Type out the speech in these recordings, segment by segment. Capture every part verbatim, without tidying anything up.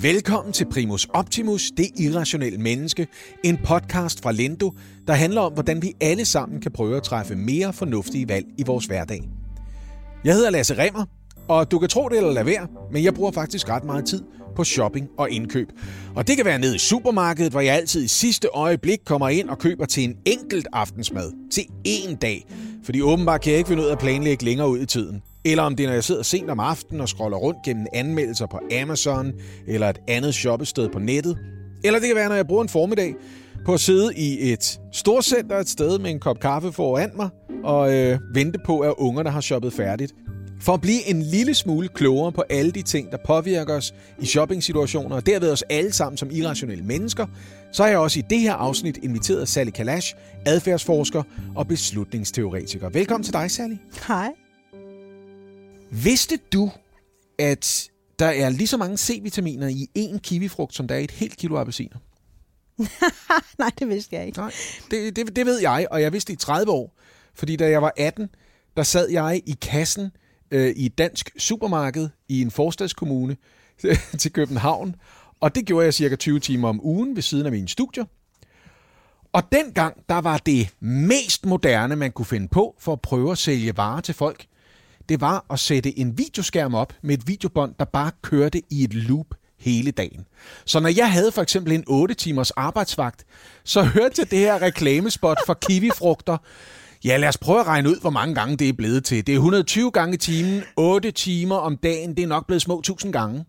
Velkommen til Primus Optimus, det irrationelle menneske, en podcast fra Lendo, der handler om, hvordan vi alle sammen kan prøve at træffe mere fornuftige valg i vores hverdag. Jeg hedder Lasse Remmer, og du kan tro det eller lade være, men jeg bruger faktisk ret meget tid på shopping og indkøb. Og det kan være nede i supermarkedet, hvor jeg altid i sidste øjeblik kommer ind og køber til en enkelt aftensmad til én dag. Fordi åbenbart kan jeg ikke finde ud af at planlægge længere ud i tiden. Eller om det er, når jeg sidder sent om aftenen og scroller rundt gennem anmeldelser på Amazon eller et andet shoppested på nettet. Eller det kan være, når jeg bruger en formiddag på at sidde i et storcenter et sted med en kop kaffe foran mig og øh, vente på, at ungerne har shoppet færdigt. For at blive en lille smule klogere på alle de ting, der påvirker os i shopping-situationer, og derved os alle sammen som irrationelle mennesker, så har jeg også i det her afsnit inviteret Sally Kalash, adfærdsforsker og beslutningsteoretiker. Velkommen til dig, Sally. Hej. Vidste du, at der er lige så mange C-vitaminer i én kiwifrugt, som der er i et helt kilo appelsiner? Nej, det vidste jeg ikke. Nej, det, det, det ved jeg, og jeg vidste det i tredive år. Fordi da jeg var atten, der sad jeg i kassen øh, i et dansk supermarked i en forstadskommune til København. Og det gjorde jeg cirka tyve timer om ugen ved siden af mine studier. Og dengang, der var det mest moderne, man kunne finde på for at prøve at sælge varer til folk, det var at sætte en videoskærm op med et videobånd, der bare kørte i et loop hele dagen. Så når jeg havde for eksempel en otte timers arbejdsvagt, så hørte jeg det her reklamespot for kiwifrugter. Ja, lad os prøve at regne ud, hvor mange gange det er blevet til. Det er et hundrede og tyve gange i timen, otte timer om dagen. Det er nok blevet små tusind gange.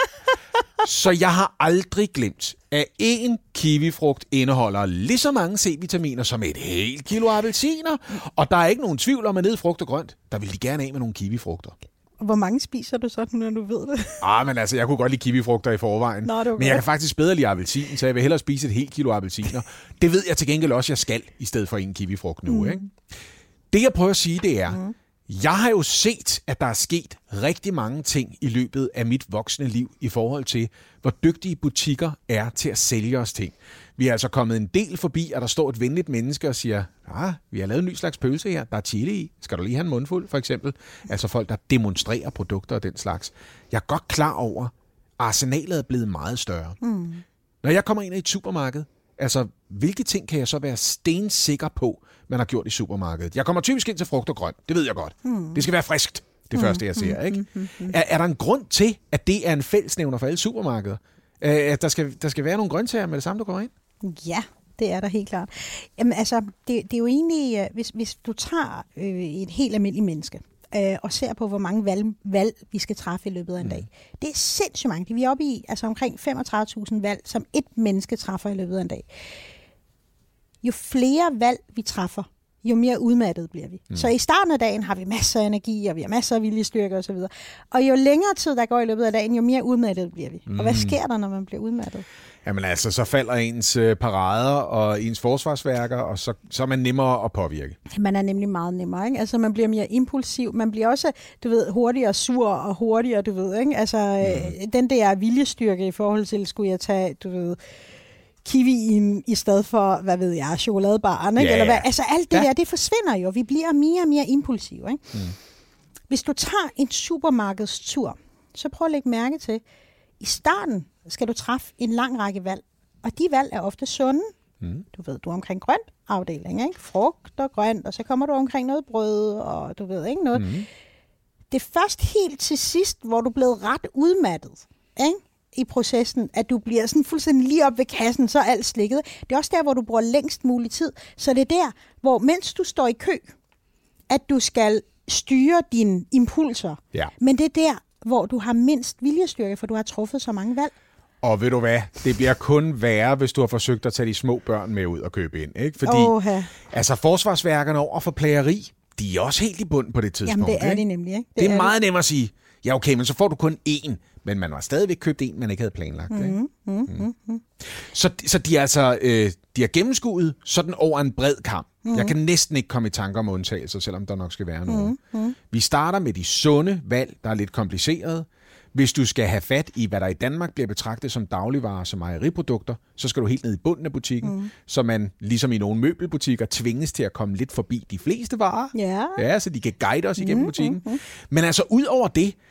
Så jeg har aldrig glemt, at en kiwifrugt indeholder lige så mange C-vitaminer som et helt kilo appelsiner. Og der er ikke nogen tvivl om, at nede i frugt og grønt, der vil de gerne af med nogle kiwifrugter. Hvor mange spiser du så, når du ved det? Ah, men altså, jeg kunne godt lide kiwifrugter i forvejen. Nå, men jeg kan faktisk bedre lide appelsin, så jeg vil hellere spise et helt kilo appelsiner. Det ved jeg til gengæld også, jeg skal, i stedet for en kiwifrugt nu. Mm. Ikke? Det, jeg prøver at sige, det er, mm. jeg har jo set, at der er sket rigtig mange ting i løbet af mit voksne liv i forhold til, hvor dygtige butikker er til at sælge os ting. Vi er altså kommet en del forbi, at der står et venligt menneske og siger, ah, vi har lavet en ny slags pølse her, der er chili i. Skal du lige have en mundfuld, for eksempel? Altså folk, der demonstrerer produkter og den slags. Jeg er godt klar over, at arsenalet er blevet meget større. Mm. Når jeg kommer ind i et supermarked, altså, hvilke ting kan jeg så være stensikker på, man har gjort i supermarkedet? Jeg kommer typisk ind til frugt og grønt, det ved jeg godt. Mm. Det skal være friskt, det mm. første, jeg ser. Ikke? Mm. Er, er der en grund til, at det er en fællesnævner for alle supermarkeder? At der skal, der skal være nogle grøntsager med det samme, du går ind? Ja, det er der helt klart. Jamen altså, det, det er jo egentlig, hvis, hvis du tager øh, et helt almindeligt menneske, øh, og ser på, hvor mange valg, valg vi skal træffe i løbet af en mm. dag. Det er sindssygt mange. Vi er oppe i altså omkring femogtredive tusind valg, som et menneske træffer i løbet af en dag. Jo flere valg vi træffer, jo mere udmattet bliver vi. Mm. Så i starten af dagen har vi masser af energi, og vi har masser af viljestyrke osv. Og jo længere tid der går i løbet af dagen, jo mere udmattet bliver vi. Mm. Og hvad sker der, når man bliver udmattet? Jamen altså, så falder ens øh, parader og ens forsvarsværker, og så, så er man nemmere at påvirke. Man er nemlig meget nemmere, ikke? Altså, man bliver mere impulsiv. Man bliver også, du ved, hurtigere sur og hurtigere, du ved, ikke? Altså, mm. den der viljestyrke i forhold til, skulle jeg tage, du ved, kiwien i stedet for, hvad ved jeg, chokoladebaren, ikke? Ja, ja. Eller hvad? Altså, alt det ja. der, det forsvinder jo. Vi bliver mere og mere impulsive, ikke? Mm. Hvis du tager en supermarkedstur, så prøv at lægge mærke til, i starten skal du træffe en lang række valg, og de valg er ofte sunde. Mm. Du ved, du er omkring grønt afdeling, ikke? Frugt og grønt, og så kommer du omkring noget brød, og du ved ikke noget. Mm. Det er først helt til sidst, hvor du er blevet ret udmattet, ikke? I processen, at du bliver sådan fuldstændig lige op ved kassen, så er alt slikket. Det er også der, hvor du bruger længst mulig tid. Så det er der, hvor mens du står i kø, at du skal styre dine impulser. Ja. Men det er der, hvor du har mindst viljestyrke, for du har truffet så mange valg. Og ved du hvad, det bliver kun værre, hvis du har forsøgt at tage de små børn med ud og købe ind. Ikke? Fordi Oha. altså, forsvarsværkerne over for plageri, de er også helt i bunden på det tidspunkt. Jamen det er ikke? de nemlig. Ikke? Det, det er, er meget nemmere at sige, ja okay, men så får du kun én. Men man var stadigvæk købt en, man ikke havde planlagt. Mm, ikke? Mm, mm, mm. Så, så de er altså øh, de er gennemskuet sådan over en bred kam. Mm. Jeg kan næsten ikke komme i tanker om undtagelser, selvom der nok skal være noget. Mm, mm. Vi starter med de sunde valg, der er lidt komplicerede. Hvis du skal have fat i, hvad der i Danmark bliver betragtet som dagligvarer, som mejeriprodukter, så skal du helt ned i bunden af butikken, mm. så man, ligesom i nogle møbelbutikker, tvinges til at komme lidt forbi de fleste varer. Yeah. Ja, så de kan guide os igennem mm, butikken. Mm, mm. Men altså, ud over det,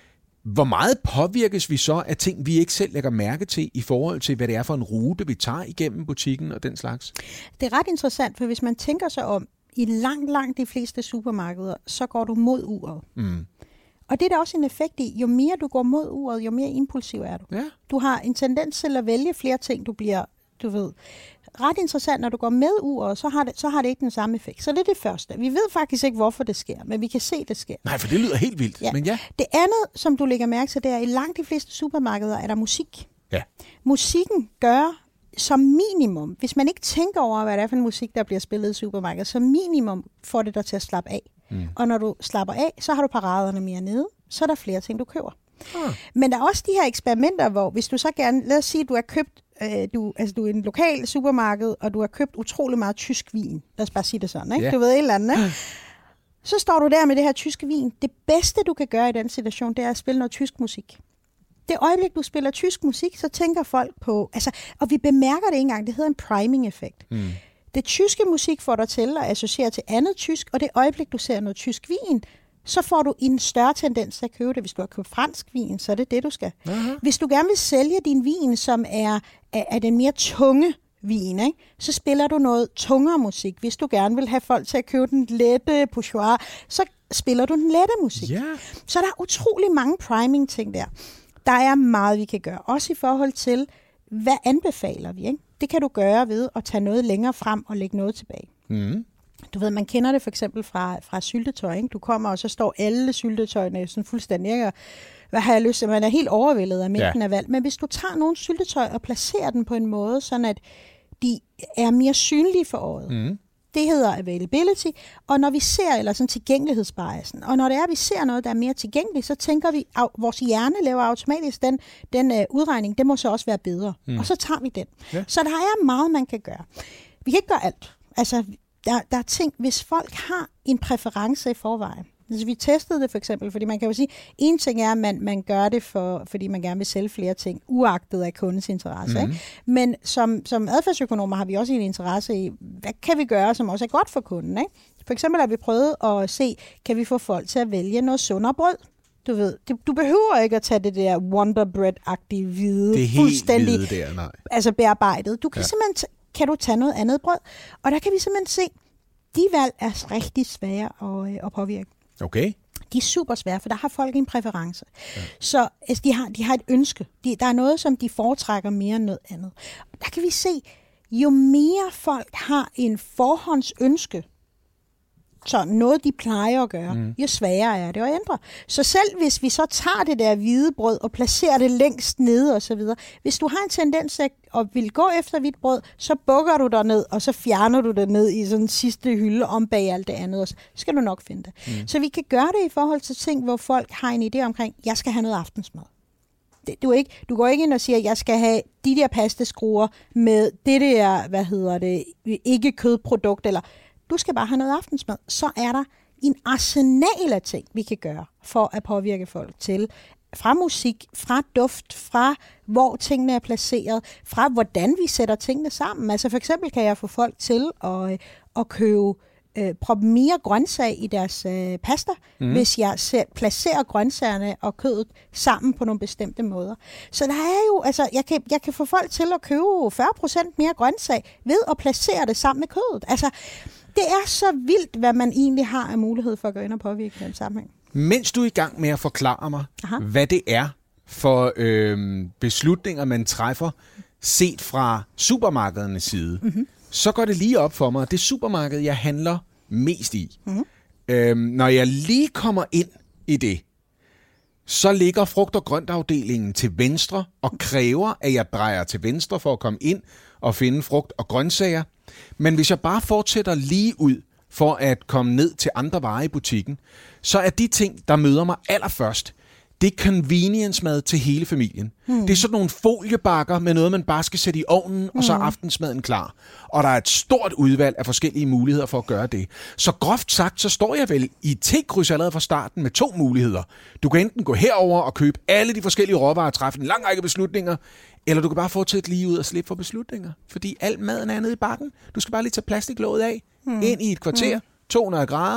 Hvor meget påvirkes vi så af ting, vi ikke selv lægger mærke til, i forhold til, hvad det er for en rute, vi tager igennem butikken og den slags? Det er ret interessant, for hvis man tænker sig om, i langt, langt de fleste supermarkeder, så går du mod uret. Mm. Og det er der også en effekt i. Jo mere du går mod uret, jo mere impulsiv er du. Ja. Du har en tendens til at vælge flere ting, du bliver, du ved. Ret interessant, når du går med uret, så har, det, så har det ikke den samme effekt. Så det er det første. Vi ved faktisk ikke, hvorfor det sker, men vi kan se, det sker. Nej, for det lyder helt vildt. Ja. Men ja. Det andet, som du lægger mærke til, det er, at i langt de fleste supermarkeder er der musik. Ja. Musikken gør som minimum, hvis man ikke tænker over, hvad det er for en musik, der bliver spillet i supermarkedet, som minimum får det dig til at slappe af. Mm. Og når du slapper af, så har du paraderne mere nede, så er der flere ting, du køber. Ah. Men der er også de her eksperimenter, hvor hvis du så gerne, lad os sige, at du har købt, øh, du, altså du er i en lokal supermarked, og du har købt utrolig meget tysk vin. Lad os bare sige det sådan, ikke? Yeah. Du ved et eller andet, ikke? Så står du der med det her tyske vin. Det bedste, du kan gøre i den situation, det er at spille noget tysk musik. Det øjeblik, du spiller tysk musik, så tænker folk på, altså, og vi bemærker det ikke engang, det hedder en priming-effekt. Mm. Det tyske musik får dig til at associere til andet tysk, og det øjeblik, du ser noget tysk vin, så får du en større tendens til at købe det. Hvis du har købt fransk vin, så er det det, du skal. Uh-huh. Hvis du gerne vil sælge din vin, som er, er, er den mere tunge vin, ikke? Så spiller du noget tungere musik. Hvis du gerne vil have folk til at købe den lette Peugeot, så spiller du den lette musik. Yeah. Så der er utrolig mange priming-ting der. Der er meget, vi kan gøre. Også i forhold til, hvad anbefaler vi, ikke? Det kan du gøre ved at tage noget længere frem og lægge noget tilbage. Mm. Du ved, man kender det for eksempel fra, fra syltetøj, ikke? Du kommer, og så står alle syltetøjene sådan fuldstændig, ikke? Hvad har jeg lyst til? Man er helt overvældet af mængden ja. af valg. Men hvis du tager nogle syltetøj og placerer den på en måde, sådan at de er mere synlige for øjet, mm. det hedder availability, og når vi ser, eller sådan tilgængelighedsbiasen, og når det er, at vi ser noget, der er mere tilgængeligt, så tænker vi, at vores hjerne laver automatisk den, den uh, udregning, det må så også være bedre. Mm. Og så tager vi den. Ja. Så der er meget, man kan gøre. Vi kan ikke gøre alt. Altså, der, der er ting, hvis folk har en præference i forvejen. Altså, vi testede det for eksempel, fordi man kan jo sige, en ting er, at man, man gør det, for, fordi man gerne vil sælge flere ting, uagtet af kundens interesse. Mm. Ikke? Men som, som adfærdsøkonomer har vi også en interesse i, hvad kan vi gøre, som også er godt for kunden. Ikke? For eksempel har vi prøvet at se, kan vi få folk til at vælge noget sundere brød? Du ved, du behøver ikke at tage det der Wonder Bread-agtige hvide, det er helt fuldstændig hvide der, nej. Altså bearbejdet. Du kan ja. simpelthen t- kan du tage noget andet brød, og der kan vi simpelthen se, de valg er rigtig svære at, at påvirke. Okay. De er super svære, for der har folk en præference. Ja. Så altså, de, har, de har et ønske. De, der er noget, som de foretrækker mere end noget andet. Og der kan vi se, jo mere folk har en forhåndsønske, så noget, de plejer at gøre, mm. jo sværere er det at ændre. Så selv hvis vi så tager det der hvide brød og placerer det længst nede og så videre, hvis du har en tendens til at vil gå efter hvidt brød, så bukker du dig ned, og så fjerner du det ned i sådan en sidste hylde om bag alt det andet, og så skal du nok finde det. Mm. Så vi kan gøre det i forhold til ting, hvor folk har en idé omkring, jeg skal have noget aftensmad. Det, du, ikke, du går ikke ind og siger, jeg skal have de der pastaskruer med det der, hvad hedder det, ikke kødprodukt, eller du skal bare have noget aftensmad. Så er der en arsenal af ting, vi kan gøre for at påvirke folk til. Fra musik, fra duft, fra hvor tingene er placeret, fra hvordan vi sætter tingene sammen. Altså for eksempel kan jeg få folk til at, at købe øh, proppe mere grøntsag i deres øh, pasta, mm. hvis jeg ser, placerer grøntsagerne og kødet sammen på nogle bestemte måder. Så der er jo, altså jeg kan, jeg kan få folk til at købe fyrre procent mere grøntsag ved at placere det sammen med kødet. Altså det er så vildt, hvad man egentlig har af mulighed for at gå ind og påvirke den sammenhæng. Mens du er i gang med at forklare mig, Aha. hvad det er for øh, beslutninger, man træffer, set fra supermarkedernes side, mm-hmm. så går det lige op for mig, at det supermarked, jeg handler mest i, mm-hmm. øh, når jeg lige kommer ind i det, så ligger frugt- og grøntafdelingen til venstre og kræver, at jeg drejer til venstre for at komme ind og finde frugt og grøntsager. Men hvis jeg bare fortsætter lige ud for at komme ned til andre varer i butikken, så er de ting, der møder mig allerførst, det er convenience-mad til hele familien. Hmm. Det er sådan nogle foliebakker med noget, man bare skal sætte i ovnen, hmm. og så er aftensmaden klar. Og der er et stort udvalg af forskellige muligheder for at gøre det. Så groft sagt, så står jeg vel i et T-kryds allerede fra starten med to muligheder. Du kan enten gå herover og købe alle de forskellige råvarer og træffe en lang række beslutninger, eller du kan bare fortsætte lige ud og slippe for beslutninger. Fordi al maden er nede i bakken. Du skal bare lige tage plastiklåget af, hmm. ind i et kvarter, hmm. to hundrede grader,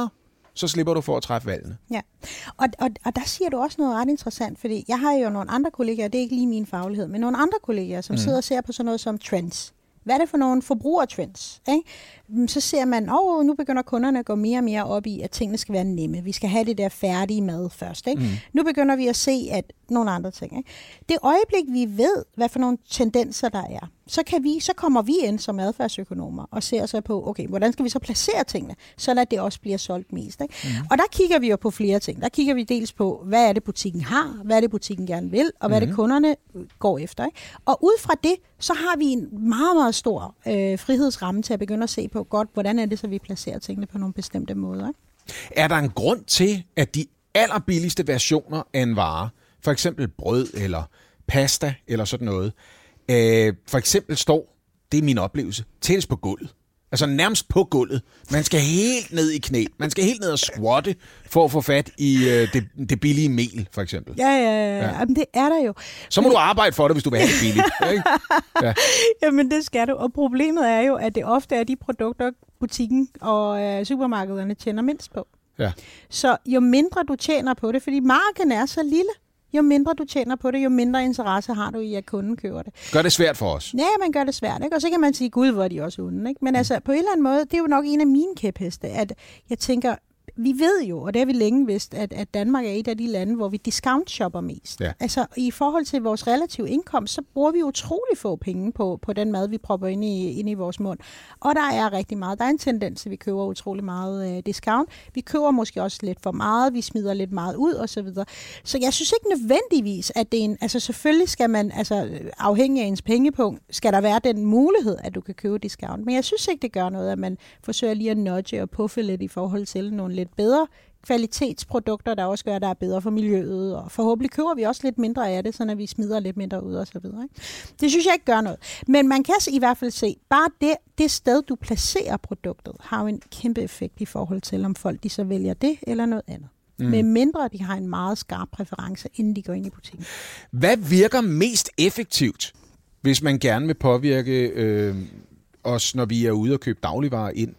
så slipper du for at træffe valgene. Ja, og, og, og der siger du også noget ret interessant, fordi jeg har jo nogle andre kollegaer, det er ikke lige min faglighed, men nogle andre kollegaer, som mm. sidder og ser på sådan noget som trends. Hvad er det for nogle forbrugertrends? Ikke? Så ser man, at oh, nu begynder kunderne at gå mere og mere op i, at tingene skal være nemme. Vi skal have det der færdige mad først. Ikke? Mm. Nu begynder vi at se, at nogle andre ting. Ikke? Det øjeblik, vi ved, hvad for nogle tendenser der er, så, kan vi, så kommer vi ind som adfærdsøkonomer og ser så på, okay, hvordan skal vi så placere tingene, så at det også bliver solgt mest. Ikke? Mm. Og der kigger vi jo på flere ting. Der kigger vi dels på, hvad er det, butikken har, hvad er det, butikken gerne vil, og hvad mm. er det, kunderne går efter. Ikke? Og ud fra det, så har vi en meget, meget stor øh, frihedsramme til at begynde at se på, godt, hvordan er det, så vi placerer tingene på nogle bestemte måder. Ikke? Er der en grund til, at de allerbilligste versioner af en vare, for eksempel brød eller pasta eller sådan noget, øh, for eksempel står, det er min oplevelse, tættest på gulvet. Altså nærmest på gulvet. Man skal helt ned i knæ. Man skal helt ned og squatte for at få fat i øh, det, det billige mel, for eksempel. Ja, ja, ja. ja. Jamen, det er der jo. Så må Men... du arbejde for det, hvis du vil have det billigt. Ikke? Ja. Jamen, det skal du. Og problemet er jo, at det ofte er de produkter, butikken og øh, supermarkederne tjener mindst på. Ja. Så jo mindre du tjener på det, fordi marken er så lille, jo mindre du tjener på det, jo mindre interesse har du i, at kunden køber det. Gør det svært for os? Ja, man gør det svært, ikke? Og så kan man sige, gud, hvor er de også onde, ikke? Men mm. altså, på en eller anden måde, det er jo nok en af mine kæpheste, at jeg tænker, vi ved jo, og det har vi længe vidst, at, at Danmark er et af de lande, hvor vi discount-shopper mest. Ja. Altså, i forhold til vores relative indkomst, så bruger vi utrolig få penge på, på den mad, vi propper ind i, ind i vores mund. Og der er rigtig meget. Der er en tendens, at vi køber utrolig meget øh, discount. Vi køber måske også lidt for meget, vi smider lidt meget ud, og så videre. Så jeg synes ikke nødvendigvis, at det er en... Altså, selvfølgelig skal man, altså, afhængig af ens pengepunkt, skal der være den mulighed, at du kan købe discount. Men jeg synes ikke, det gør noget, at man forsøger lige at nudge og puffe lidt i forhold til nogle lidt bedre kvalitetsprodukter, der også gør, at der er bedre for miljøet, og forhåbentlig køber vi også lidt mindre af det, så når vi smider lidt mindre ud og så videre. Ikke? Det synes jeg ikke gør noget. Men man kan i hvert fald se, bare det, det sted, du placerer produktet, har jo en kæmpe effekt i forhold til, om folk de så vælger det eller noget andet. Mm. Med mindre de har en meget skarp præference, inden de går ind i butikken. Hvad virker mest effektivt, hvis man gerne vil påvirke øh, os, når vi er ude og købe dagligvarer ind?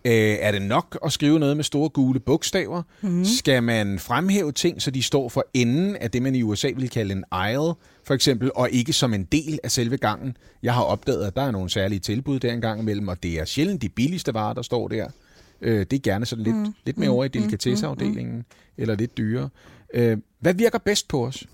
Er det nok at skrive noget med store gule bogstaver? Mm. Skal man fremhæve ting, så de står for enden af det, man i U S A vil kalde en aisle, for eksempel, og ikke som en del af selve gangen? Jeg har opdaget, at der er nogle særlige tilbud der en gang imellem, og det er sjældent de billigste varer, der står der. Det er gerne sådan lidt, mm. lidt mere over i delikatesseafdelingen, mm. eller lidt dyrere. Hvad virker bedst på os?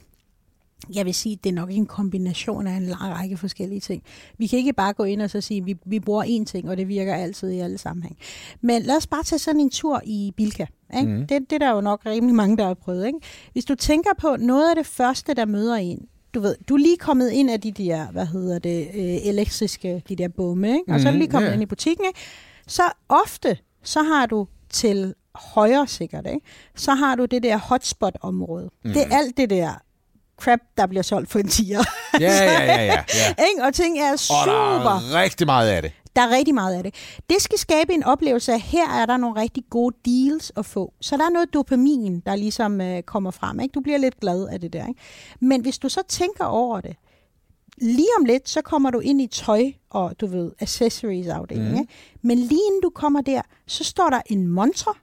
Jeg vil sige, at det er nok en kombination af en lang række forskellige ting. Vi kan ikke bare gå ind og så sige, at vi, vi bruger én ting, og det virker altid i alle sammenhæng. Men lad os bare tage sådan en tur i Bilka. Ikke? Mm. Det, det er der jo nok rimelig mange, der har prøvet. Ikke? Hvis du tænker på noget af det første, der møder en, du ved, du er lige kommet ind af de der, hvad hedder det, øh, elektriske, de der bomme, ikke? Og mm, så er du lige kommet yeah. ind i butikken, ikke? Så ofte, så har du til højre sikkert, ikke? Så har du det der hotspot-område. Mm. Det er alt det der crap, der bliver solgt for en tier. Ja, ja, ja, ja, ja. Og ting er super. Og der er rigtig meget af det. Der er rigtig meget af det. Det skal skabe en oplevelse af, at her er der nogle rigtig gode deals at få. Så der er noget dopamin, der ligesom øh, kommer frem. Ikke? Du bliver lidt glad af det der. Ikke? Men hvis du så tænker over det, lige om lidt, så kommer du ind i tøj og, du ved, accessories-afdelingen. Mm. Men lige inden du kommer der, så står der en montre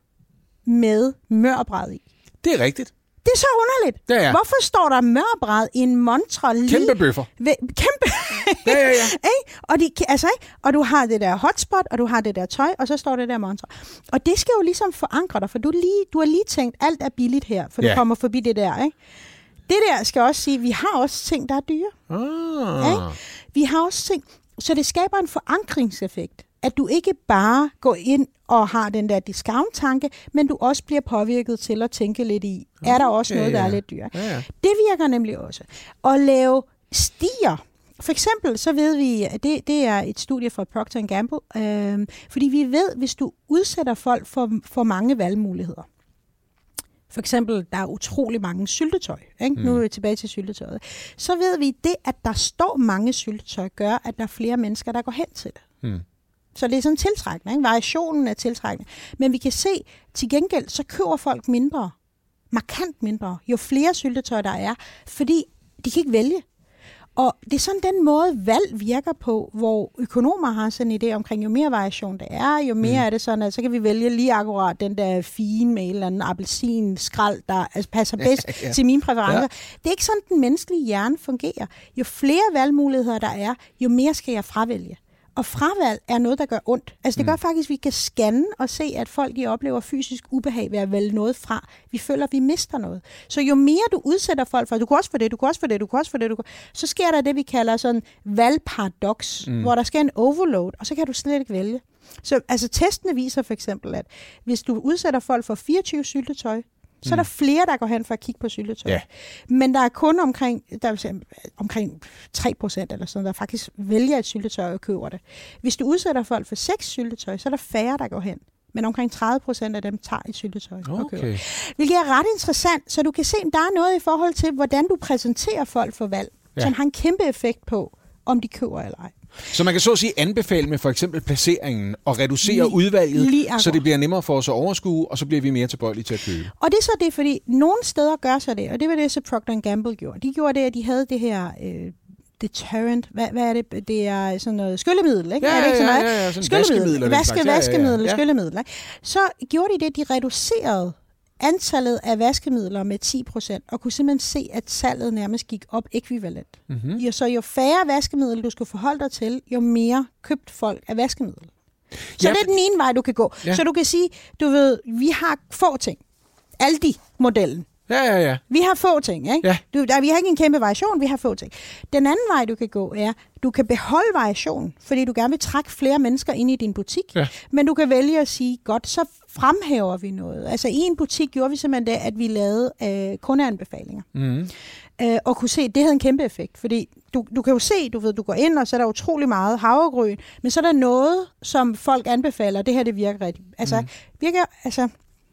med mørbræd i. Det er rigtigt. Det er så underligt. Ja, ja. Hvorfor står der mørbræd i en montre lige... Kæmpe bøffer. Ved, kæmpe... ja, ja, ja. og, de, altså, og du har det der hotspot, og du har det der tøj, og så står det der montre. Og det skal jo ligesom forankre dig, for du, lige, du har lige tænkt, alt er billigt her, for ja. Du kommer forbi det der, ikke? Det der skal også sige, vi har også ting, der er dyre. Ah. Ikke? Vi har også ting, så det skaber en forankringseffekt. At du ikke bare går ind og har den der discount-tanke, men du også bliver påvirket til at tænke lidt i, er der også noget, der er lidt dyrt? Ja, ja. Det virker nemlig også. At lave stier. For eksempel, så ved vi, at det, det er et studie fra Procter and Gamble, øh, fordi vi ved, hvis du udsætter folk for, for mange valgmuligheder. For eksempel, der er utrolig mange syltetøj. Ikke? Mm. Nu er vi tilbage til syltetøjet. Så ved vi, det, at der står mange syltetøj, gør, at der er flere mennesker, der går hen til det. Mm. Så det er sådan tiltrækkende. Ikke? Variationen er tiltrækkende. Men vi kan se, til gengæld, så køber folk mindre. Markant mindre. Jo flere syltetøj der er. Fordi de kan ikke vælge. Og det er sådan den måde, valg virker på, hvor økonomer har sådan en idé omkring, jo mere variation der er, jo mere mm. er det sådan, at så kan vi vælge lige akkurat den der fine med en eller anden appelsin skrald, der altså, passer bedst ja, ja. til mine præferencer. Ja. Det er ikke sådan, den menneskelige hjerne fungerer. Jo flere valgmuligheder der er, jo mere skal jeg fravælge. Og fravalg er noget, der gør ondt. Altså det gør faktisk, at vi kan scanne og se, at folk de oplever fysisk ubehag ved at vælge noget fra. Vi føler, at vi mister noget. Så jo mere du udsætter folk for, du kan også få det, du kan også få det, du kan også få det, du kan... så sker der det, vi kalder sådan valgparadoks, mm. hvor der sker en overload, og så kan du slet ikke vælge. Så altså testene viser for eksempel, at hvis du udsætter folk for fireogtyve syltetøj, så er der flere, der går hen for at kigge på syltetøj. Ja. Men der er kun omkring, der er omkring tre procent eller sådan, der faktisk vælger et syltetøj og køber det. Hvis du udsætter folk for seks syltetøj, så er der færre, der går hen. Men omkring tredive procent af dem tager et syltetøj okay. og køber. Hvilket er ret interessant, så du kan se, at der er noget i forhold til, hvordan du præsenterer folk for valg, ja. som har en kæmpe effekt på, om de køber eller ej. Så man kan så at sige anbefale med for eksempel placeringen og reducere lige, udvalget, lige så det bliver nemmere for os at overskue, og så bliver vi mere tilbøjelige til at købe. Og det er så det, fordi nogle steder gør så det, og det var det, så Procter and Gamble gjorde. De gjorde det, at de havde det her øh, deterrent. Hvad, hvad er det? Det er sådan noget skyllemiddel, ikke? Ja, er det ikke sådan noget? Ja, ja, ja, sådan skyllemiddel. vaskemiddel. Vaske, vaskemiddel, ja, ja. skyllemiddel. Ikke? Så gjorde de det, de reducerede antallet af vaskemidler med ti procent, og kunne simpelthen se, at salget nærmest gik op ekvivalent. Mm-hmm. Jo, så jo færre vaskemidler, du skulle forholde dig til, jo mere købt folk af vaskemidler. Så ja, det er den ene vej, du kan gå. Ja. Så du kan sige, du ved, vi har få ting. Aldi-modellen. Ja, ja, ja. Vi har få ting, ikke? Ja. Du, der, vi har ikke en kæmpe variation, vi har få ting. Den anden vej, du kan gå, er, du kan beholde variation, fordi du gerne vil trække flere mennesker ind i din butik, ja. men du kan vælge at sige, godt, så fremhæver vi noget. Altså i en butik gjorde vi simpelthen det, at vi lavede øh, kundeanbefalinger. Mm. Øh, og kunne se, at det havde en kæmpe effekt, fordi du, du kan jo se, du ved, du går ind, og så er der utrolig meget havregryn, men så er der noget, som folk anbefaler, det her, det virker rigtigt. Altså, mm. virker, altså...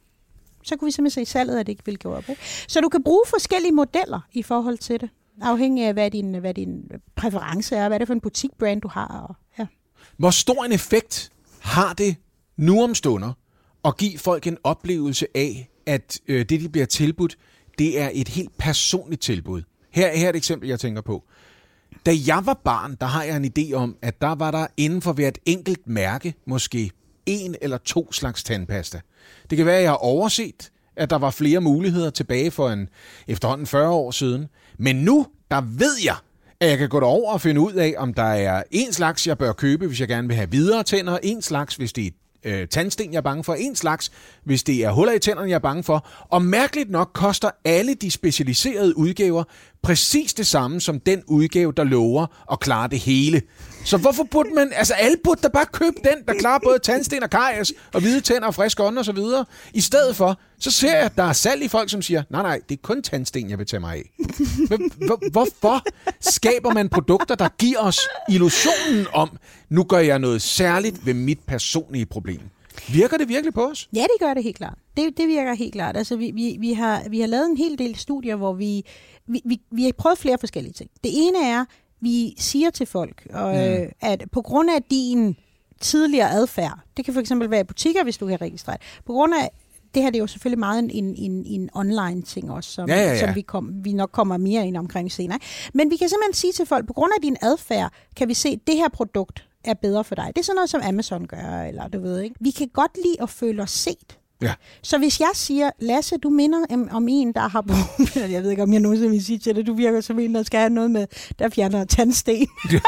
så kunne vi simpelthen se salget, at det ikke ville gå op. Ikke? Så du kan bruge forskellige modeller i forhold til det, afhængig af, hvad din, hvad din præference er, hvad det er for en butikbrand, du har. Og, ja. Hvor stor en effekt har det nu om stunder at give folk en oplevelse af, at øh, det, de bliver tilbudt, det er et helt personligt tilbud? Her, her er et eksempel, jeg tænker på. Da jeg var barn, der har jeg en idé om, at der var der inden for hvert enkelt mærke måske en eller to slags tandpasta. Det kan være, at jeg har overset, at der var flere muligheder tilbage for en efterhånden fyrre år siden. Men nu, der ved jeg, at jeg kan gå derover og finde ud af, om der er en slags, jeg bør købe, hvis jeg gerne vil have videre tænder, en slags, hvis det er øh, tandsten, jeg er bange for, en slags, hvis det er huller i tænderne, jeg er bange for. Og mærkeligt nok koster alle de specialiserede udgaver præcis det samme som den udgave, der lover at klare det hele. Så hvorfor burde man, altså alle burde da bare købe den, der klarer både tandsten og karies og hvide tænder og friske ånd og så videre. I stedet for, så ser jeg, at der er salg i folk, som siger, nej, nej, det er kun tandsten, jeg vil tage mig af. Men hvorfor skaber man produkter, der giver os illusionen om, nu gør jeg noget særligt ved mit personlige problem? Virker det virkelig på os? Ja, det gør det helt klart. Det, det virker helt klart. Altså, vi, vi, vi, har, vi har lavet en hel del studier, hvor vi, vi, vi, vi har prøvet flere forskellige ting. Det ene er, vi siger til folk, øh, mm. at på grund af din tidligere adfærd, det kan for eksempel være i butikker, hvis du kan registrere, på grund af, det her det er jo selvfølgelig meget en, en, en online ting også, som, ja, ja, ja. som vi, kom, vi nok kommer mere ind omkring senere. Men vi kan simpelthen sige til folk, på grund af din adfærd, kan vi se, at det her produkt er bedre for dig. Det er sådan noget, som Amazon gør, eller du ved ikke. Vi kan godt lide at føle os set. Ja. Så hvis jeg siger, Lasse, du minder om, om en, der har brug, jeg ved ikke, om jeg nogensinde vil sige til dig, du virker som en, der skal have noget med, der fjerner tandsten. men,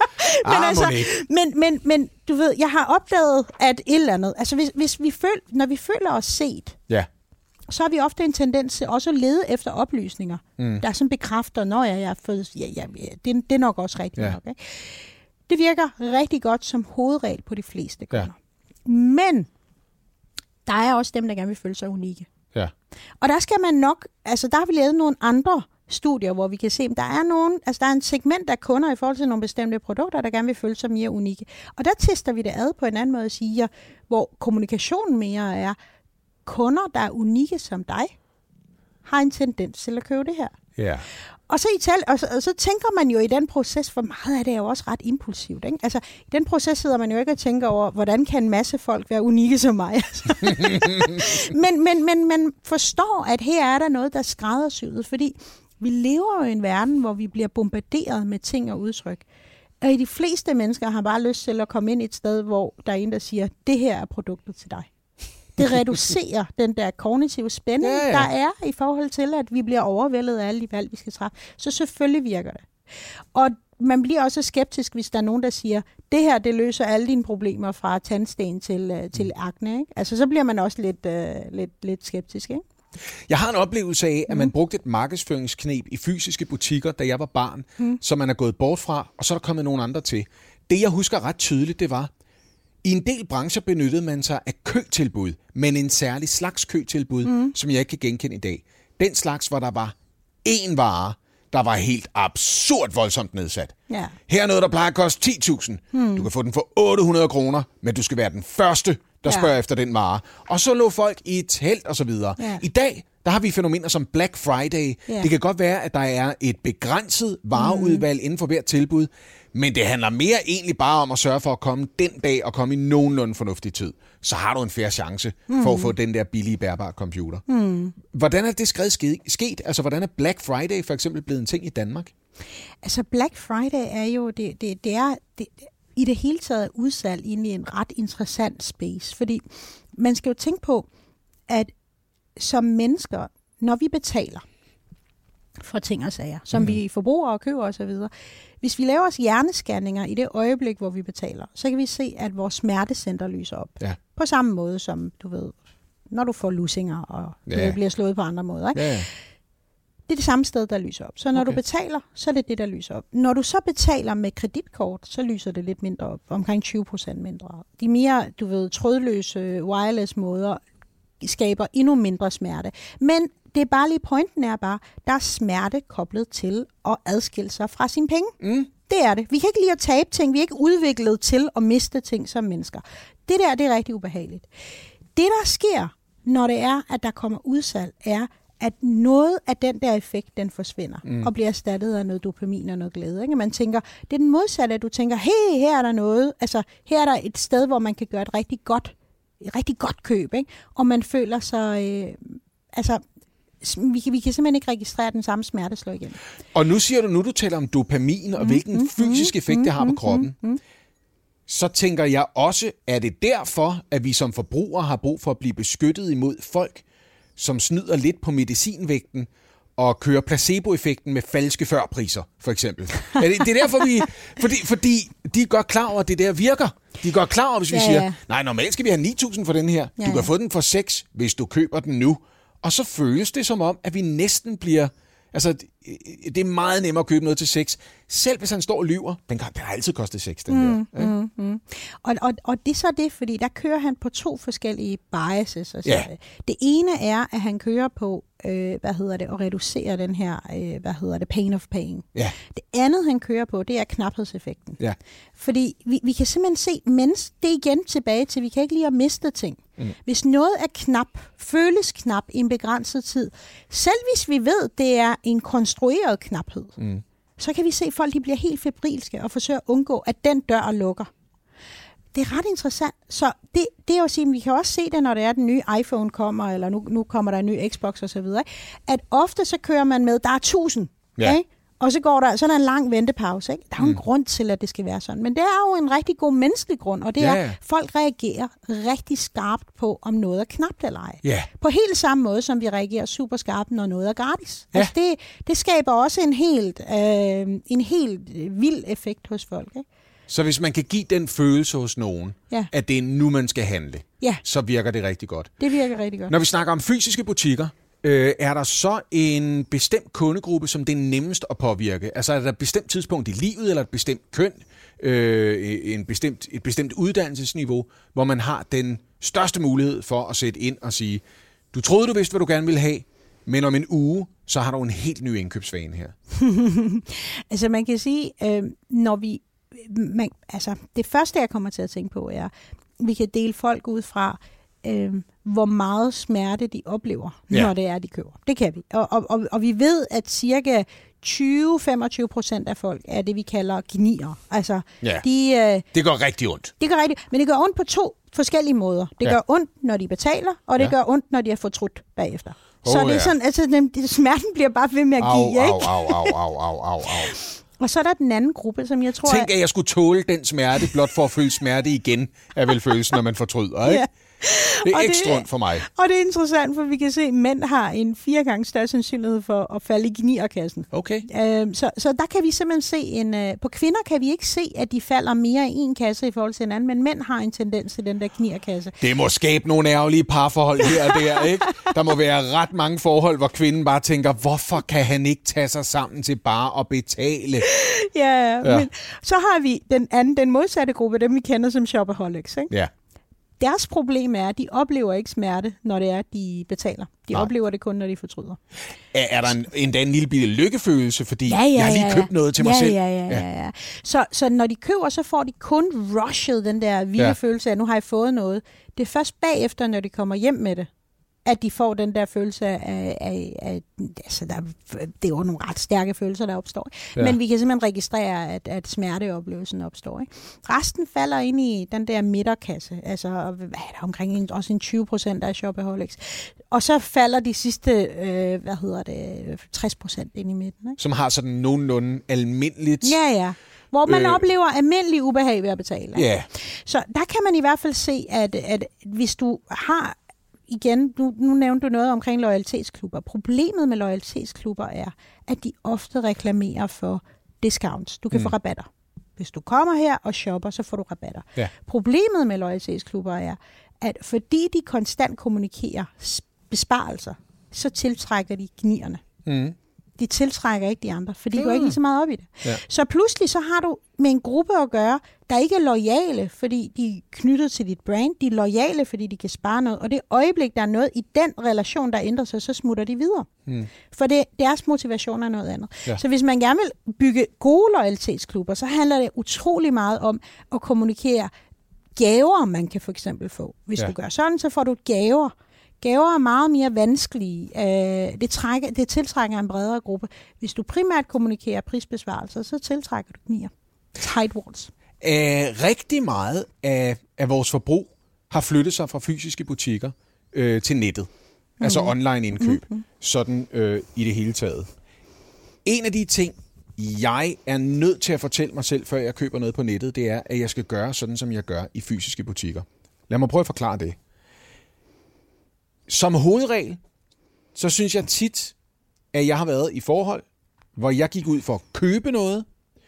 ah, altså, men, men, men du ved, jeg har opdaget, at et eller andet, altså hvis, hvis vi føl, når vi føler os set, ja. så har vi ofte en tendens til også at lede efter oplysninger, mm. der sådan bekræfter, når jeg har fået, ja, ja, det, det er nok også rigtigt ja. nok. Ikke? Det virker rigtig godt som hovedregel på de fleste kunder. Ja. Men der er også dem, der gerne vil føle sig unikke. Ja. Og der skal man nok, altså der har vi lavet nogle andre studier, hvor vi kan se, at der er nogen, altså der er en segment af kunder i forhold til nogle bestemte produkter, der gerne vil føle sig mere unikke. Og der tester vi det ad på en anden måde at sige, hvor kommunikationen mere er, kunder, der er unikke som dig, har en tendens til at købe det her. Ja. Og så, i tal, og, så, og så tænker man jo i den proces, for meget af det er jo også ret impulsivt. Ikke? Altså, i den proces sidder man jo ikke og tænker over, hvordan kan en masse folk være unikke som mig? Altså. men, men, men man forstår, at her er der noget, der er skræddersyet, fordi Vi lever jo i en verden, hvor vi bliver bombarderet med ting og udtryk. Og de fleste mennesker har bare lyst til at komme ind et sted, hvor der er en, der siger, det her er produktet til dig. Det reducerer den der kognitive spænding, ja, ja. der er i forhold til, at vi bliver overvældet af alle de valg, vi skal træffe. Så selvfølgelig virker det. Og man bliver også skeptisk, hvis der er nogen, der siger, det her, det løser alle dine problemer fra tandsten til, til akne. Ikke? Altså, så bliver man også lidt, uh, lidt, lidt skeptisk, ikke? Jeg har en oplevelse af, at man mm. brugte et markedsføringskneb i fysiske butikker, da jeg var barn, mm. som man er gået bort fra, og så er der kommet nogle andre til. Det, jeg husker ret tydeligt, det var, i en del brancher benyttede man sig af køtilbud, men en særlig slags køtilbud, mm. som jeg ikke kan genkende i dag. Den slags, hvor der var én vare, der var helt absurd voldsomt nedsat. Ja. Her er noget, der plejer at koste ti tusind. Hmm. Du kan få den for otte hundrede kroner, men du skal være den første, der ja. spørger efter den vare. Og så lå folk i et telt og så videre. Ja. I dag, der har vi fænomener som Black Friday. Ja. Det kan godt være, at der er et begrænset vareudvalg mm. inden for hvert tilbud, men det handler mere egentlig bare om at sørge for at komme den dag og komme i nogenlunde fornuftig tid. Så har du en fair chance mm. for at få den der billige bærbare computer. Mm. Hvordan er det skrevet sket? Altså, hvordan er Black Friday for eksempel blevet en ting i Danmark? Altså, Black Friday er jo, det, det, det er det, i det hele taget udsalg ind i en ret interessant space. Fordi man skal jo tænke på, at som mennesker, når vi betaler for ting og sager, som mm. vi forbruger og køber osv., hvis vi laver os hjernescanninger i det øjeblik, hvor vi betaler, så kan vi se, at vores smertecenter lyser op. Ja. På samme måde som, du ved, når du får lussinger og ja. du bliver slået på andre måder. Ikke? Ja. Det er det samme sted, der lyser op. Så når okay. du betaler, så er det det, der lyser op. Når du så betaler med kreditkort, så lyser det lidt mindre op. Omkring tyve procent mindre. De mere, du ved, trådløse wireless måder skaber endnu mindre smerte. Men det er bare lige, pointen er bare, der er smerte koblet til at adskille sig fra sine penge. Mm. Det er det. Vi kan ikke lide at tabe ting. Vi er ikke udviklet til at miste ting som mennesker. Det der, det er rigtig ubehageligt. Det, der sker, når det er, at der kommer udsalg, er, at noget af den der effekt, den forsvinder, mm. og bliver erstattet af noget dopamin og noget glæde. Ikke? Man tænker, det er den modsatte, at du tænker, hey, her er der noget, altså her er der et sted, hvor man kan gøre et rigtig godt, et rigtig godt køb, ikke? Og man føler sig, øh, altså, vi kan, vi kan simpelthen ikke registrere den samme smerteslå igen. Og nu siger du, nu du taler om dopamin, og mm, hvilken mm, fysisk effekt mm, det har på kroppen, mm, mm. så tænker jeg også, er det derfor, at vi som forbrugere har brug for at blive beskyttet imod folk, som snyder lidt på medicinvægten og kører placeboeffekten med falske førpriser, for eksempel. Ja, det, det er derfor, vi... Fordi, fordi de er godt klar over, at det der virker. De er godt klar over, hvis vi ja, siger, ja. nej, normalt skal vi have ni tusind for den her. Ja, du kan ja. få den for seks, hvis du køber den nu. Og så føles det som om, at vi næsten bliver... Altså, det er meget nemmere at købe noget til seks. Selv hvis han står og lyver, den har altid kostet seks, den mm, der. Mm, mm. Og, og, og det er så det, fordi der kører han på to forskellige biases. Altså. Ja. Det ene er, at han kører på, øh, hvad hedder det, at reducere den her, øh, hvad hedder det, pain of pain. Ja. Det andet, han kører på, det er knaphedseffekten. Ja. Fordi vi, vi kan simpelthen se, mens det er igen tilbage til, vi kan ikke lide at miste ting. Mm. Hvis noget er knap, føles knap i en begrænset tid, selv hvis vi ved, det er en konstrueret knaphed, mm. så kan vi se, at folk de bliver helt febrilske og forsøger at undgå, at den dør lukker. Det er ret interessant. Så det, det er jo at sige, at vi kan også se det, når det er, at den nye iPhone kommer, eller nu, nu kommer der en ny Xbox osv., at ofte så kører man med, der er tusind, ja. Ikke? Og så går der, så er der en lang ventepause. Ikke? Der er jo mm. en grund til, at det skal være sådan. Men det er jo en rigtig god menneskelig grund, og det er, at yeah. folk reagerer rigtig skarpt på, om noget er knapt eller ej. Yeah. På helt samme måde, som vi reagerer super skarpt, når noget er gratis. Yeah. Altså det, det skaber også en helt, øh, en helt vild effekt hos folk. Ikke? Så hvis man kan give den følelse hos nogen, yeah. at det er nu, man skal handle, yeah. så virker det rigtig godt. Det virker rigtig godt. Når vi snakker om fysiske butikker, Øh, er der så en bestemt kundegruppe, som det er nemmest at påvirke? Altså er der et bestemt tidspunkt i livet, eller et bestemt køn, øh, en bestemt, et bestemt uddannelsesniveau, hvor man har den største mulighed for at sætte ind og sige, du troede, du vidste, hvad du gerne ville have, men om en uge, så har du en helt ny indkøbsvane her. Altså man kan sige, øh, når vi... Man, altså det første, jeg kommer til at tænke på, er, vi kan dele folk ud fra, Øh, hvor meget smerte de oplever, ja. når det er, de køber. Det kan vi. Og, og, og, og vi ved, at cirka tyve til femogtyve procent af folk er det, vi kalder gnier. Altså, ja. de, øh, det gør rigtig ondt. Det gør rigtig, men det gør ondt på to forskellige måder. Det ja. gør ondt, når de betaler, og det ja. gør ondt, når de har fortrudt bagefter. Så oh, det er ja. sådan, altså den, smerten bliver bare ved med at au, give, au, ikke? au, au, au, au, au, au. Og så er der den anden gruppe, som jeg tror... Tænk, at jeg skulle tåle den smerte, blot for at føle smerte igen, er vel følelsen, når man fortryder, ikke? Ja. Det er Og ekstra det- ondt for mig. Og det er interessant, for vi kan se, at mænd har en fire gange større sandsynlighed for at falde i gnierkassen. Okay. Øhm, så, så der kan vi simpelthen se en... Øh, på kvinder kan vi ikke se, at de falder mere i en kasse i forhold til en anden, men mænd har en tendens til den der gnierkasse. Det må skabe nogle ærgerlige parforhold her og der, ikke? Der må være ret mange forhold, hvor kvinden bare tænker, hvorfor kan han ikke tage sig sammen til bare at betale? Ja, Ja. ja. Men så har vi den anden, den modsatte gruppe, dem vi kender som shopaholics, ikke? Ja. Deres problem er, at de oplever ikke smerte, når det er, de betaler. De Nej. oplever det kun, når de fortryder. Er, er der en, endda en lille bitte lykkefølelse, fordi Ja, ja, jeg har lige ja, ja. købt noget til mig ja, selv? Ja, ja, ja, ja. Så, så når de køber, så får de kun rushet den der vilde Ja. ja. følelse af, at nu har jeg fået noget. Det er først bagefter, når de kommer hjem med det, at de får den der følelse af, af, af altså der, det er jo nogle ret stærke følelser, der opstår. Ja. Ja. Men vi kan simpelthen registrere, at, at smerteoplevelsen opstår. Ikke? Resten falder ind i den der midterkasse, altså hvad er der, omkring en, også en tyve procent af shopaholics. Og så falder de sidste, øh, hvad hedder det, tres procent ind i midten. Ikke? Som har sådan nogenlunde almindeligt... Ja, ja. Hvor man Øh. øh, oplever almindelig ubehag ved at betale. Ikke? Ja. Så der kan man i hvert fald se, at, at hvis du har, igen, nu, nu nævnte du noget omkring loyalitetsklubber. Problemet med loyalitetsklubber er, at de ofte reklamerer for discounts. Du kan Mm. få rabatter. Hvis du kommer her og shopper, så får du rabatter. Ja. Problemet med loyalitetsklubber er, at fordi de konstant kommunikerer s- besparelser, så tiltrækker de gnierne. Mm. De tiltrækker ikke de andre, for de Mm. går ikke lige så meget op i det. Ja. Så pludselig så har du med en gruppe at gøre, der ikke er loyale, fordi de er knyttet til dit brand. De er loyale, fordi de kan spare noget. Og det øjeblik, der er noget i den relation, der ændrer sig, så smutter de videre. Mm. For det, deres motivation er noget andet. Ja. Så hvis man gerne vil bygge gode loyalitetsklubber, så handler det utrolig meget om at kommunikere gaver, man kan for eksempel få. Hvis Ja. du gør sådan, så får du gaver. Gaver er meget mere vanskelige. Øh, det, trækker, det tiltrækker en bredere gruppe. Hvis du primært kommunikerer prisbesvarelser, så tiltrækker du gnier. Tight walls. Æh, rigtig meget af, af vores forbrug har flyttet sig fra fysiske butikker øh, til nettet. Mm. Altså online indkøb. Mm-hmm. Sådan øh, i det hele taget. En af de ting, jeg er nødt til at fortælle mig selv, før jeg køber noget på nettet, det er, at jeg skal gøre sådan, som jeg gør i fysiske butikker. Lad mig prøve at forklare det. Som hovedregel, så synes jeg tit, at jeg har været i forhold, hvor jeg gik ud for at købe noget,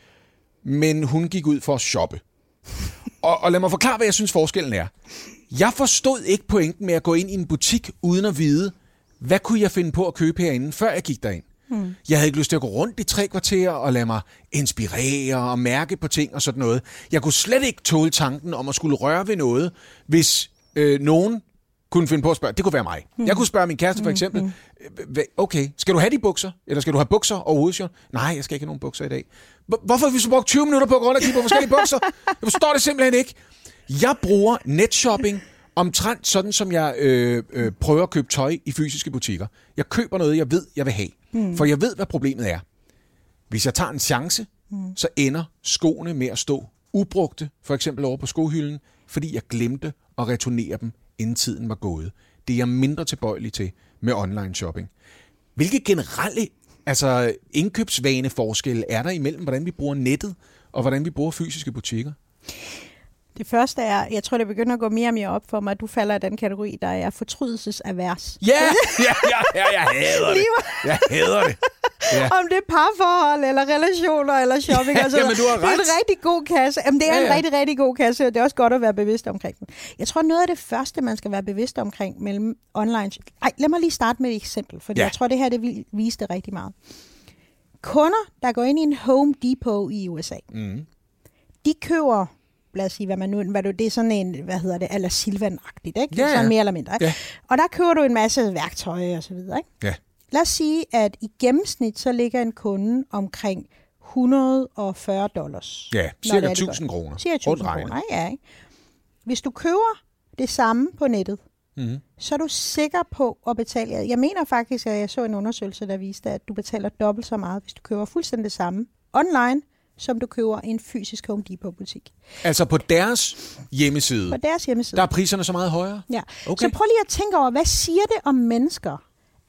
men hun gik ud for at shoppe. Og, og lad mig forklare, hvad jeg synes forskellen er. Jeg forstod ikke pointen med at gå ind i en butik uden at vide, hvad kunne jeg finde på at købe herinde, før jeg gik derind. Hmm. Jeg havde ikke lyst til at gå rundt i tre kvarterer og lade mig inspirere og mærke på ting og sådan noget. Jeg kunne slet ikke tåle tanken om at skulle røre ved noget, hvis øh, nogen kunne finde på at spørge. Det kunne være mig. Hmm. Jeg kunne spørge min kæreste for eksempel, hmm. okay, skal du have de bukser? Eller skal du have bukser og hovedskjort? Nej, jeg skal ikke have nogen bukser i dag. Hvorfor har vi så brugt tyve minutter på at gå rundt og kigge på forskellige bukser? Jeg forstår det simpelthen ikke. Jeg bruger netshopping omtrent sådan, som jeg øh, øh, prøver at købe tøj i fysiske butikker. Jeg køber noget, jeg ved, jeg vil have. Mm. For jeg ved, hvad problemet er. Hvis jeg tager en chance, mm. så ender skoene med at stå ubrugte, for eksempel over på skohylden, fordi jeg glemte at returnere dem, inden tiden var gået. Det er jeg mindre tilbøjelig til med online shopping. Hvilke generelle altså, indkøbsvaneforskelle er der imellem, hvordan vi bruger nettet, og hvordan vi bruger fysiske butikker? Det første er, jeg tror, det begynder at gå mere og mere op for mig, at du falder i den kategori, der er fortrydelsesavers. Ja, ja, ja, ja, jeg hader det. Jeg hader det. Ja. Om det er parforhold, eller relationer, eller shopping. Ja, og så jamen, du har det er en ret. rigtig god kasse. Jamen, det er Ja, en ja. rigtig, rigtig god kasse, og det er også godt at være bevidst omkring den. Jeg tror, noget af det første, man skal være bevidst omkring mellem online... Ej, lad mig lige starte med et eksempel, for Ja. jeg tror, det her det vil vise det rigtig meget. Kunder, der går ind i en Home Depot i U S A, Mm. de køber... lad os sige, hvad man nu, hvad du, det er sådan en, hvad hedder det, eller Silvan-agtigt, ikke? Ja, ja. Sådan mere eller mindre. Ikke? Ja. Og der køber du en masse værktøj og så videre, ikke? Ja. Lad os sige, at i gennemsnit, så ligger en kunde omkring et hundrede og fyrre dollars. Ja, når cirka det er, det tusind gør. kroner. Cirka Rundt tusind regnet. kroner, ikke? Ja, ikke? Hvis du køber det samme på nettet, Mm. så er du sikker på at betale. Jeg mener faktisk, at jeg så en undersøgelse, der viste, at du betaler dobbelt så meget, hvis du køber fuldstændig det samme online, som du køber i en fysisk Home Depot-butik. Altså på deres hjemmeside, På deres hjemmeside. der er priserne så meget højere? Ja. Okay. Så prøv lige at tænke over, hvad siger det om mennesker,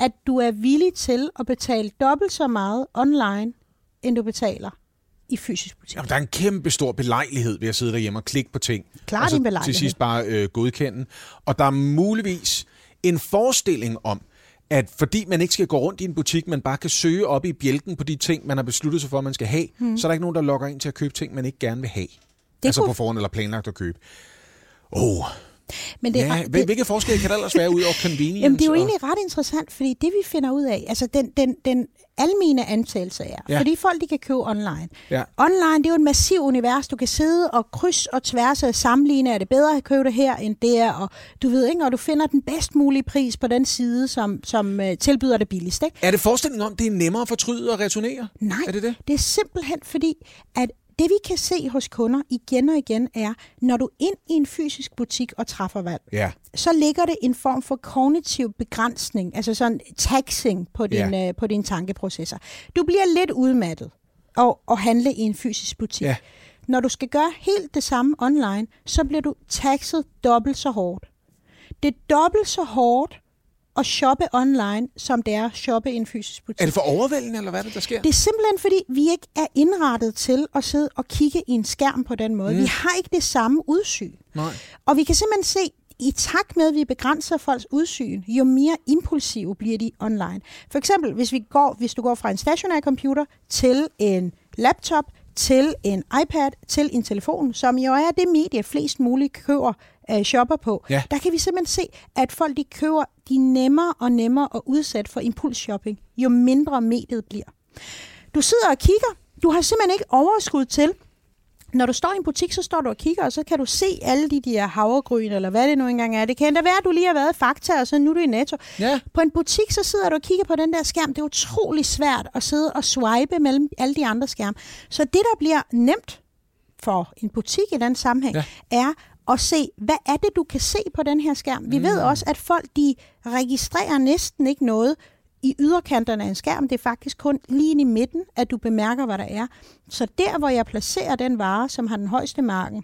at du er villig til at betale dobbelt så meget online, end du betaler i fysisk butik. Jamen, der er en kæmpe stor belejlighed ved at sidde derhjemme og klikke på ting. Klart en belejlighed. Til sidst bare øh, godkende. Og der er muligvis en forestilling om, at fordi man ikke skal gå rundt i en butik, man bare kan søge op i bjælken på de ting, man har besluttet sig for, at man skal have, hmm. så er der ikke nogen, der logger ind til at købe ting, man ikke gerne vil have. Det altså kunne... på forhånd eller planlagt at købe. Åh... Oh. Men det er, ja, det, hvilke forskelle kan der ellers være ud over convenience? Jamen, det er jo og... egentlig ret interessant, fordi det vi finder ud af, altså den, den, den almene antagelse er, ja. fordi folk de kan købe online. Ja. Online, det er jo et massivt univers, du kan sidde og kryds og tværs og sammenligne, er det bedre at købe det her end der, og du ved ikke, og du finder den bedst mulige pris på den side, som, som uh, tilbyder det billigst. Ikke? Er det forestillingen om, det er nemmere at fortryde og returnere? Nej, er det, det? det er simpelthen fordi, at det vi kan se hos kunder igen og igen er, når du er ind i en fysisk butik og træffer valg, ja. så ligger det en form for kognitiv begrænsning, altså sådan taxing på, din, ja. øh, på dine tankeprocesser. Du bliver lidt udmattet og, og handle i en fysisk butik. Ja. Når du skal gøre helt det samme online, så bliver du taxet dobbelt så hårdt. Det er dobbelt så hårdt at shoppe online, som det er at shoppe i en fysisk butik. Er det for overvældende, eller hvad er det, der sker? Det er simpelthen, fordi vi ikke er indrettet til at sidde og kigge i en skærm på den måde. Mm. Vi har ikke det samme udsyn. Nej. Og vi kan simpelthen se, i takt med, at vi begrænser folks udsyn, jo mere impulsive bliver de online. For eksempel, hvis, vi går, hvis du går fra en stationær computer til en laptop, til en iPad, til en telefon, som jo er det medie, flest muligt køber uh, shopper på, ja. der kan vi simpelthen se, at folk de køber de nemmere og nemmere at udsætte for impulsshopping, jo mindre mediet bliver. Du sidder og kigger, du har simpelthen ikke overskud til, når du står i en butik, så står du og kigger, og så kan du se alle de der havregryn, eller hvad det nu engang er. Det kan da være, at du lige har været i Fakta, og så nu er du i Netto. Ja. På en butik, så sidder du og kigger på den der skærm. Det er utrolig svært at sidde og swipe mellem alle de andre skærme. Så det, der bliver nemt for en butik i den sammenhæng, ja. er at se, hvad er det, du kan se på den her skærm. Vi mm. ved også, at folk, de registrerer næsten ikke noget i yderkanterne af en skærm. Det er faktisk kun lige i midten, at du bemærker, hvad der er. Så der, hvor jeg placerer den vare, som har den højeste marken,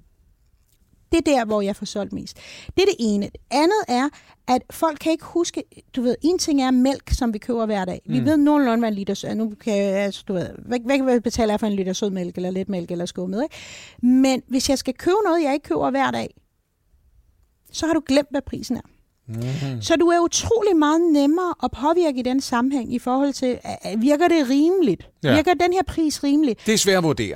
det er der, hvor jeg får solgt mest. Det er det ene. Det andet er, at folk kan ikke huske, du ved, en ting er mælk, som vi køber hver dag. Vi mm. ved nogenlunde, hvad en liter, nu kan jeg, altså, du ved, hvad, hvad betaler jeg for en liter sødmælk, eller letmælk, eller skummet, ikke? Men hvis jeg skal købe noget, jeg ikke køber hver dag, så har du glemt, hvad prisen er. Mm-hmm. Så du er utrolig meget nemmere at påvirke i den sammenhæng i forhold til, virker det rimeligt? Ja. Virker den her pris rimeligt? Det er svært at vurdere.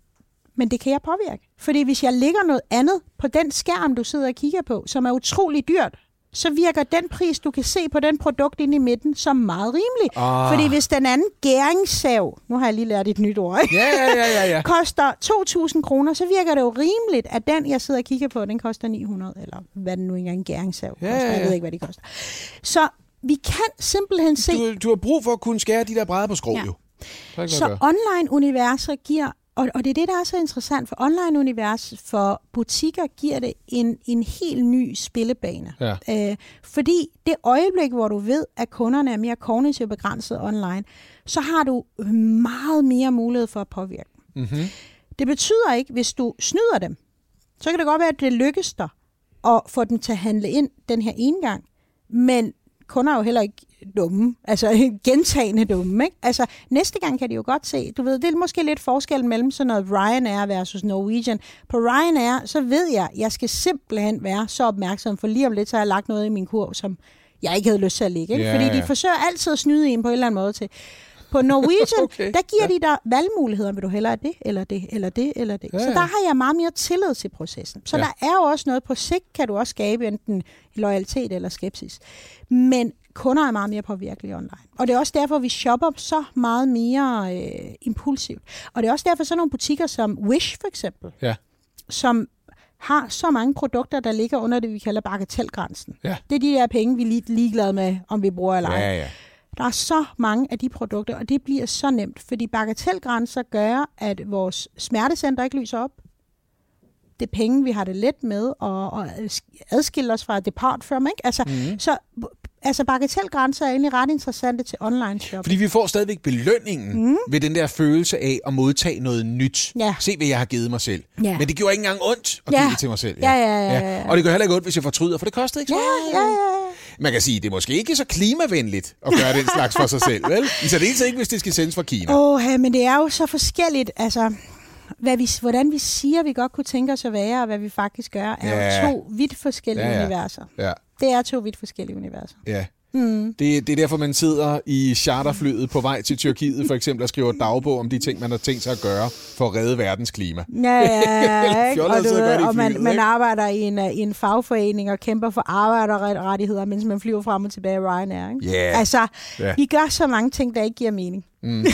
Men det kan jeg påvirke. Fordi hvis jeg lægger noget andet på den skærm, du sidder og kigger på, som er utrolig dyrt, så virker den pris, du kan se på den produkt inde i midten, som meget rimelig. Ah. Fordi hvis den anden gæringssav, nu har jeg lige lært et nyt ord, ikke? Ja, ja, ja, ja, ja. koster to tusind kroner, så virker det jo rimeligt, at den, jeg sidder og kigger på, den koster ni hundrede, eller hvad den nu engang en gæringssav koster. Ja, ja, ja. Jeg ved ikke, hvad de koster. Så vi kan simpelthen se... Du, du har brug for at kunne skære de der brædder på skrog, ja. jo. Så online-universer giver... Og, og det er det, der er så interessant, for online-univers, for butikker giver det en, en helt ny spillebane. Ja. Øh, fordi det øjeblik, hvor du ved, at kunderne er mere kognitivt begrænset online, så har du meget mere mulighed for at påvirke. Mm-hmm. Det betyder ikke, hvis du snyder dem, så kan det godt være, at det lykkes dig at få dem til at handle ind den her ene gang. Men kunder er jo heller ikke dumme, altså gentagende dumme, ikke? Altså næste gang kan de jo godt se, du ved, det er måske lidt forskel mellem sådan noget Ryanair versus Norwegian. På Ryanair, så ved jeg, jeg skal simpelthen være så opmærksom, for lige om lidt, så har jeg lagt noget i min kurv, som jeg ikke havde lyst til at lægge, ikke? Yeah, fordi de yeah. forsøger altid at snyde en på en eller anden måde til. På Norwegian, okay, der giver ja. de dig valgmuligheder, vil du hellere det, eller det, eller det, eller det. Ja, ja. Så der har jeg meget mere tillid til processen. Så ja. der er jo også noget, på sigt kan du også skabe enten loyalitet eller skepsis. Men kunder er meget mere påvirkelige online. Og det er også derfor, vi shopper så meget mere øh, impulsivt. Og det er også derfor, sådan nogle butikker som Wish for eksempel, ja. som har så mange produkter, der ligger under det, vi kalder bagatelgrænsen. Ja. Det er de der penge, vi er ligeglade med, om vi bruger eller ej. Ja, ja. Der er så mange af de produkter, og det bliver så nemt, fordi bagatelgrænser gør, at vores smertecenter ikke lyser op. Det er penge, vi har det let med, og, og adskille os fra depart from, ikke? Altså, mm-hmm. så altså bagatelgrænser er egentlig ret interessante til online shopping. Fordi vi får stadigvæk belønningen mm. ved den der følelse af at modtage noget nyt. Ja. Se, hvad jeg har givet mig selv. Ja. Men det gjorde ikke engang ondt at ja. give det til mig selv. Ja. Ja, ja, ja, ja, ja. Og det gør heller ikke ondt, hvis jeg fortryder, for det koster ikke så ja, meget. Ja, ja, ja. Man kan sige, det er måske ikke så klimavenligt at gøre den slags for sig selv, vel? I særdeleshed ikke, hvis det skal sendes fra Kina. Åh, ja, men det er jo så forskelligt, altså... Hvad vi, hvordan vi siger, vi godt kunne tænke os at være, og hvad vi faktisk gør, er ja. jo to vidt forskellige ja, ja. universer. Ja. Det er to vidt forskellige universer. Ja. Mm. Det, det er derfor, man sidder i charterflyet på vej til Tyrkiet, for eksempel, og skriver dagbog om de ting, man har tænkt sig at gøre for at redde verdens klima. Ja, ja, ikke? og, du ved, og man, flyet, man arbejder i en, i en fagforening og kæmper for arbejderrettigheder, mens man flyver frem og tilbage i Ryanair. Ikke? Yeah. Altså, yeah. vi gør så mange ting, der ikke giver mening. Mm.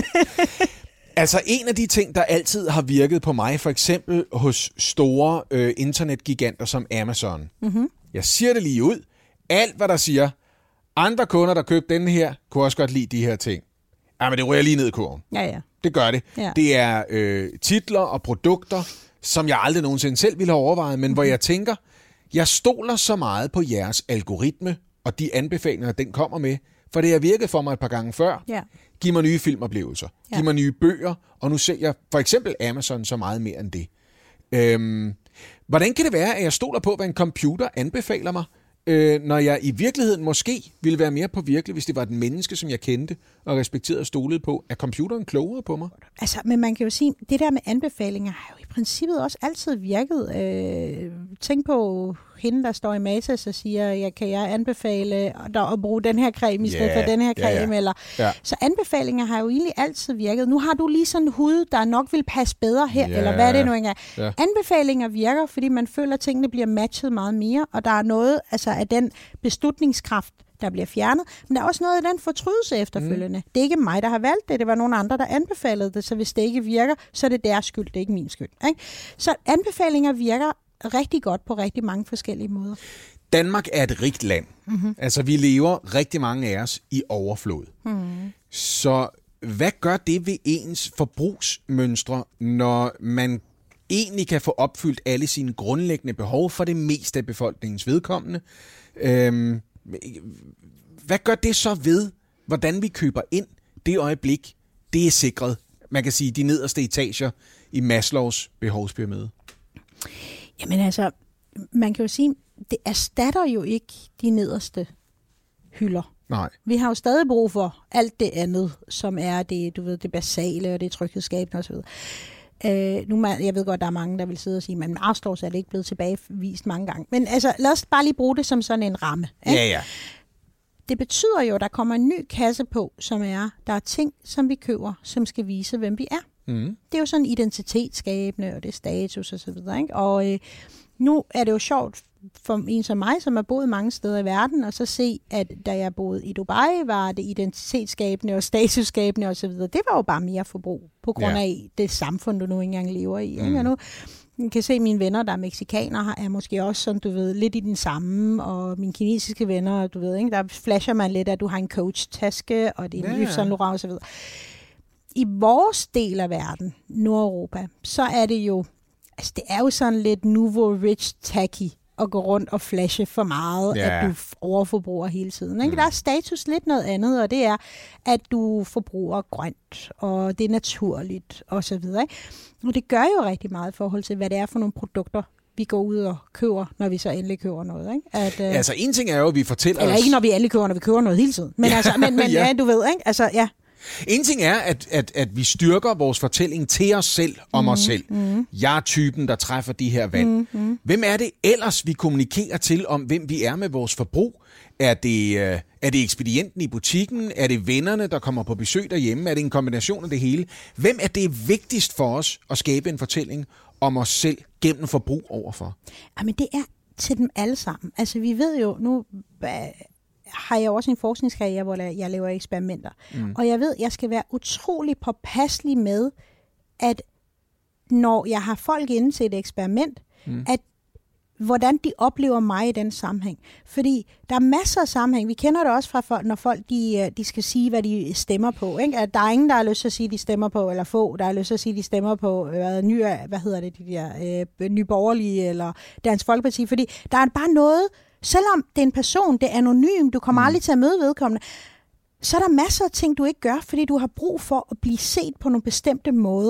Altså en af de ting, der altid har virket på mig, for eksempel hos store øh, internetgiganter som Amazon. Mm-hmm. Jeg siger det lige ud. Alt, hvad der siger, andre kunder, der købte den her, kunne også godt lide de her ting. Jamen, det ryger lige ned i kurven. Ja, ja. Det gør det. Ja. Det er øh, titler og produkter, som jeg aldrig nogensinde selv ville have overvejet, men mm-hmm. hvor jeg tænker, jeg stoler så meget på jeres algoritme og de anbefalinger, den kommer med, for det har virket for mig et par gange før. Ja. Giv mig nye filmoplevelser. Ja. Giv mig nye bøger. Og nu ser jeg for eksempel Amazon så meget mere end det. Øhm, hvordan kan det være, at jeg stoler på, hvad en computer anbefaler mig, øh, når jeg i virkeligheden måske ville være mere påvirkelig, hvis det var et menneske, som jeg kendte og respekterede og stolede på? Er computeren klogere på mig? Altså, men man kan jo sige, det der med anbefalinger har jo i princippet også altid virket. Øh, tænk på hende, der står i Matas og siger, jeg kan jeg anbefale dig at bruge den her creme i stedet yeah. for den her creme. Yeah, yeah. Eller, yeah. Så anbefalinger har jo egentlig altid virket. Nu har du lige sådan en hud, der nok vil passe bedre her, yeah. eller hvad er det nu engang. Yeah. Anbefalinger virker, fordi man føler, at tingene bliver matchet meget mere, og der er noget altså, af den beslutningskraft, der bliver fjernet, men der er også noget af den fortrydelse efterfølgende. Mm. Det er ikke mig, der har valgt det, det var nogle andre, der anbefalede det, så hvis det ikke virker, så er det deres skyld, det er ikke min skyld. Ikke? Så anbefalinger virker rigtig godt på rigtig mange forskellige måder. Danmark er et rigt land. Mm-hmm. Altså, vi lever rigtig mange af os i overflod. Mm. Så hvad gør det ved ens forbrugsmønstre, når man egentlig kan få opfyldt alle sine grundlæggende behov for det meste af befolkningens vedkommende? Øhm, hvad gør det så ved, hvordan vi køber ind det øjeblik, det er sikret? Man kan sige, de nederste etager i Maslows behovspyramide. Jamen altså, man kan jo sige, det erstatter jo ikke de nederste hylder. Nej. Vi har jo stadig brug for alt det andet, som er det, du ved, det basale og det tryghedsskabende osv. Øh, nu, jeg ved godt, der er mange, der vil sidde og sige, men Marslovs er det ikke blevet tilbagevist mange gange. Men altså, lad os bare lige bruge det som sådan en ramme. Ikke? Ja, ja. Det betyder jo, at der kommer en ny kasse på, som er, der er ting, som vi køber, som skal vise, hvem vi er. Mm. Det er jo sådan identitetsskabende, og det er status og så videre. Ikke? Og øh, nu er det jo sjovt for en som mig, som har boet mange steder i verden, og så se, at da jeg boede i Dubai, var det identitetsskabende og statusskabende og så videre. Det var jo bare mere forbrug, på grund af ja. det samfund, du nu ikke engang lever i. Mm. Ikke? Og nu jeg kan se, at mine venner, der er mexikanere, er måske også sådan, du ved, lidt i den samme, og mine kinesiske venner, du ved, ikke? Der flasher man lidt, at du har en Coach-taske, og det er en ja. Yves Saint Laurent og så videre. I vores del af verden, Nordeuropa, så er det jo, altså det er jo sådan lidt nouveau rich tacky at gå rundt og flashe for meget, yeah. at du overforbruger hele tiden. Ikke? Mm. Der er status lidt noget andet, og det er, at du forbruger grønt, og det er naturligt, og så videre. Ikke? Og det gør jo rigtig meget i forhold til, hvad det er for nogle produkter, vi går ud og køber, når vi så endelig køber noget. Ikke? At, øh, altså en ting er jo, at vi fortæller eller os... ikke når vi endelig køber, når vi køber noget hele tiden. Men, altså, men, men ja. ja, du ved, ikke? Altså, ja. En ting er, at, at, at vi styrker vores fortælling til os selv om mm, os selv. Mm. Jeg er typen, der træffer de her valg. Mm, mm. Hvem er det ellers, vi kommunikerer til om, hvem vi er med vores forbrug? Er det, øh, er det ekspedienten i butikken? Er det vennerne, der kommer på besøg derhjemme? Er det en kombination af det hele? Hvem er det vigtigst for os at skabe en fortælling om os selv gennem forbrug overfor? Jamen, det er til dem alle sammen. Altså, vi ved jo nu... har jeg også en forskningskarriere, hvor jeg laver eksperimenter. Mm. Og jeg ved, at jeg skal være utrolig påpasselig med, at når jeg har folk inde til et eksperiment, mm. at hvordan de oplever mig i den sammenhæng. Fordi der er masser af sammenhæng. Vi kender det også fra folk, når folk de, de skal sige, hvad de stemmer på. Ikke? At der er ingen, der har lyst til at sige, de stemmer på, eller få, der har lyst til at sige, de stemmer på hvad, ny, hvad hedder det, de der øh, Nyborgerlige eller Dansk Folkeparti. Fordi der er bare noget, selvom det er en person, det er anonym, du kommer mm. aldrig til at møde vedkommende, så er der masser af ting, du ikke gør, fordi du har brug for at blive set på nogle bestemte måder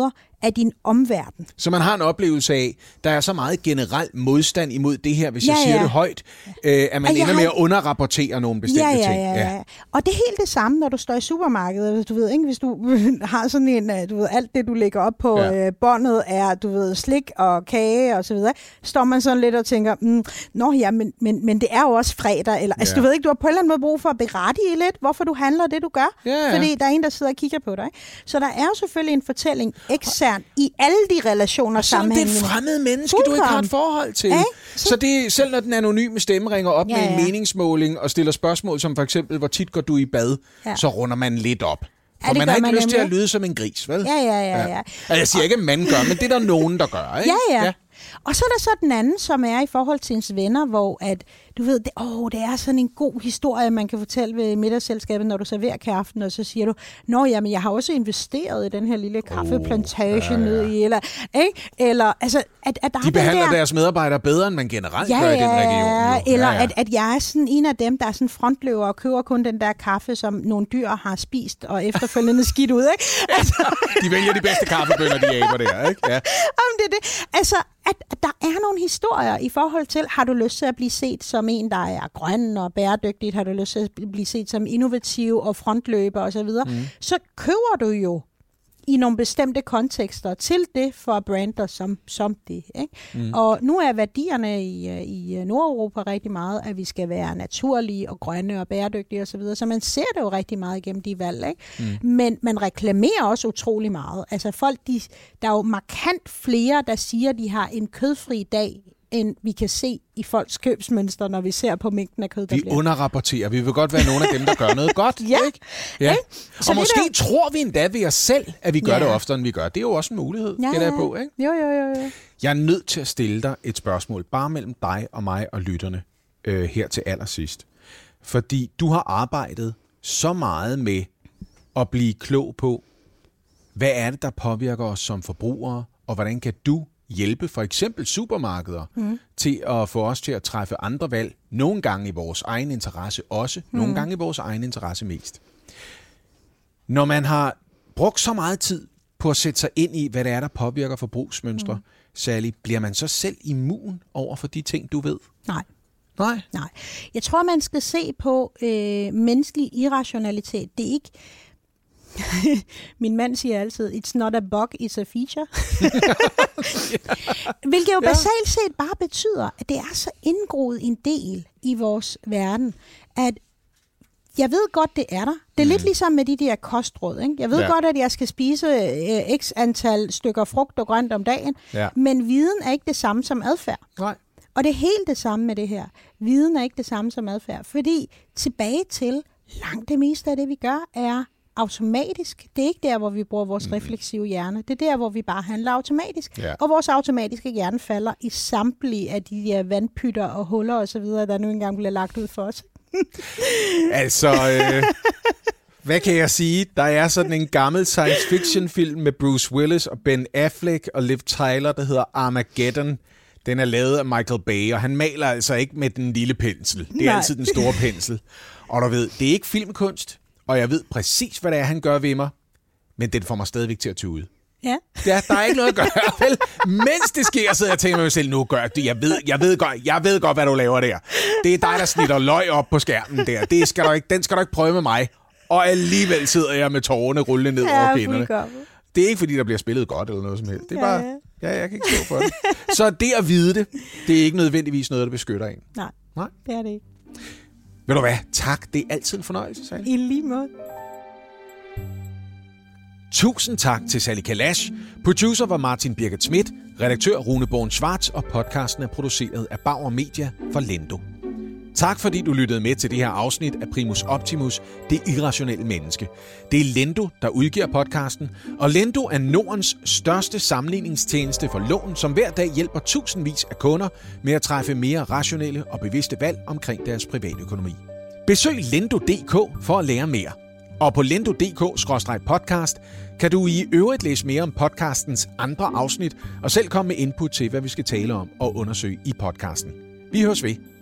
af din omverden. Så man har en oplevelse af, der er så meget generel modstand imod det her, hvis ja, jeg siger ja. det højt, øh, at man ender har... med at underrapportere nogle bestemte ja, ja, ting. Ja, ja, ja. Og det er helt det samme, når du står i supermarkedet. Du ved, ikke? Hvis du har sådan en, du ved, alt det, du lægger op på ja. øh, båndet, er, du ved, slik og kage og så videre. Står man sådan lidt og tænker, mm, nå ja, men, men, men det er jo også fredag. Eller, ja. Altså, du ved ikke, du har på en eller anden måde brug for at berettige lidt, hvorfor du handler det, du gør. Ja, ja. Fordi der er en, der sidder og kigger på dig. Så der er jo selvfølgelig en fortælling ekstern i alle de relationer sammenhængende. Og så er det fremmede menneske, du ikke har et forhold til. Ja, så... så det, selv når den anonyme stemme ringer op ja, ja. med en meningsmåling og stiller spørgsmål, som for eksempel, hvor tit går du i bad, ja. så runder man lidt op. For ja, man har ikke lyst til at lyde som en gris, vel? Ja, ja, ja. ja. ja. Altså, jeg siger ikke, at man gør, men det er der nogen, der gør, ikke? Ja, ja. ja. Og så er der så den anden, som er i forhold til ens venner, hvor at, du ved, det, åh, det er sådan en god historie, man kan fortælle ved middagsselskabet, når du serverer kaffen, og så siger du, nå ja, men jeg har også investeret i den her lille kaffeplantage oh, ja, ja. nede i, eller, ikke? Eller, altså, at, at der de behandler der... deres medarbejdere bedre, end man generelt ja, gør i den region. Jo. Eller ja, ja. At, at jeg er sådan en af dem, der er sådan frontløber og køber kun den der kaffe, som nogle dyr har spist, og efterfølgende skidt ud, ikke? Altså... de vælger de bedste kaffebønner, de aber der, ikke? Ja. Om det er det. Altså, at, at der er nogle historier i forhold til, har du lyst til at blive set som en, der er grøn og bæredygtigt, har du lyst til at blive set som innovativ og frontløber osv., så, mm. så køber du jo i nogle bestemte kontekster til det for brander som, som det. Ikke? Mm. Og nu er værdierne i, i Nordeuropa rigtig meget, at vi skal være naturlige og grønne og bæredygtige osv., så, videre. Så man ser det jo rigtig meget igennem de valg. Ikke? Mm. Men man reklamerer også utrolig meget. Altså folk, de, der er jo markant flere, der siger, at de har en kødfri dag, end vi kan se i folks købsmønster, når vi ser på mængden af kød, der vi bliver. Vi underrapporterer. Vi vil godt være nogle af dem, der gør noget godt. ja. Ikke? Ja. Ikke? Og så måske der... tror vi endda ved os selv, at vi gør ja. det oftere, end vi gør. Det er jo også en mulighed, ja, gætter jeg på. Ikke? Jo, jo, jo, jo. Jeg er nødt til at stille dig et spørgsmål, bare mellem dig og mig og lytterne, øh, her til allersidst. Fordi du har arbejdet så meget med at blive klog på, hvad er det, der påvirker os som forbrugere, og hvordan kan du hjælpe for eksempel supermarkeder mm. til at få os til at træffe andre valg, nogle gange i vores egen interesse også, mm. nogle gange i vores egen interesse mest. Når man har brugt så meget tid på at sætte sig ind i, hvad det er, der påvirker forbrugsmønstre, mm. Sally, bliver man så selv immun over for de ting, du ved? Nej. Nej? Nej. Jeg tror, man skal se på øh, menneskelig irrationalitet. Det er ikke... Min mand siger altid, it's not a bug, it's a feature. Hvilket jo basalt set bare betyder, at det er så indgroet en del i vores verden, at jeg ved godt, det er der. Det er mm. lidt ligesom med de der kostråd. Ikke? Jeg ved ja. godt, at jeg skal spise øh, x antal stykker frugt og grønt om dagen, ja. men viden er ikke det samme som adfærd. Nej. Og det er helt det samme med det her. Viden er ikke det samme som adfærd, fordi tilbage til langt det meste af det, vi gør, er automatisk. Det er ikke der, hvor vi bruger vores mm. refleksive hjerne. Det er der, hvor vi bare handler automatisk. Ja. Og vores automatiske hjerne falder i samtlige af de der vandpytter og huller og så videre, der nu engang bliver lagt ud for os. altså, øh, hvad kan jeg sige? Der er sådan en gammel science fiction film med Bruce Willis og Ben Affleck og Liv Tyler, der hedder Armageddon. Den er lavet af Michael Bay, og han maler altså ikke med den lille pensel. Det er Nej. altid den store pensel. Og du ved, det er ikke filmkunst, og jeg ved præcis, hvad det er, han gør ved mig, men den får mig stadigvæk til at tude. Ja. Ja, der er ikke noget at gøre, vel? Mens det sker, sidder jeg og tænker mig selv, nu gør det. Jeg ved, jeg ved godt, jeg ved godt, hvad du laver der. Det er dig, der snitter løg op på skærmen der. Det skal du ikke, den skal du ikke prøve med mig. Og alligevel sidder jeg med tårerne rullende ned ja, over kinderne. Det er ikke, fordi der bliver spillet godt eller noget som helst. Det er bare, ja, jeg kan ikke stå for det. Så det at vide det, det er ikke nødvendigvis noget, der beskytter en. Nej, Nej. det er det ikke. Ved du hvad? Tak. Det er altid en fornøjelse, Sally. I lige måde. Tusind tak til Sally Kalash. Producer var Martin Birgit Schmidt, redaktør Rune Born Schwartz, og podcasten er produceret af Bauer Media for Lendo. Tak fordi du lyttede med til det her afsnit af Primus Optimus, det irrationelle menneske. Det er Lendo, der udgiver podcasten, og Lendo er Nordens største sammenligningstjeneste for lån, som hver dag hjælper tusindvis af kunder med at træffe mere rationelle og bevidste valg omkring deres privatøkonomi. Besøg lendo punktum d k for at lære mere. Og på lendo punktum d k skråstreg podcast kan du i øvrigt læse mere om podcastens andre afsnit og selv komme med input til, hvad vi skal tale om og undersøge i podcasten. Vi høres ved.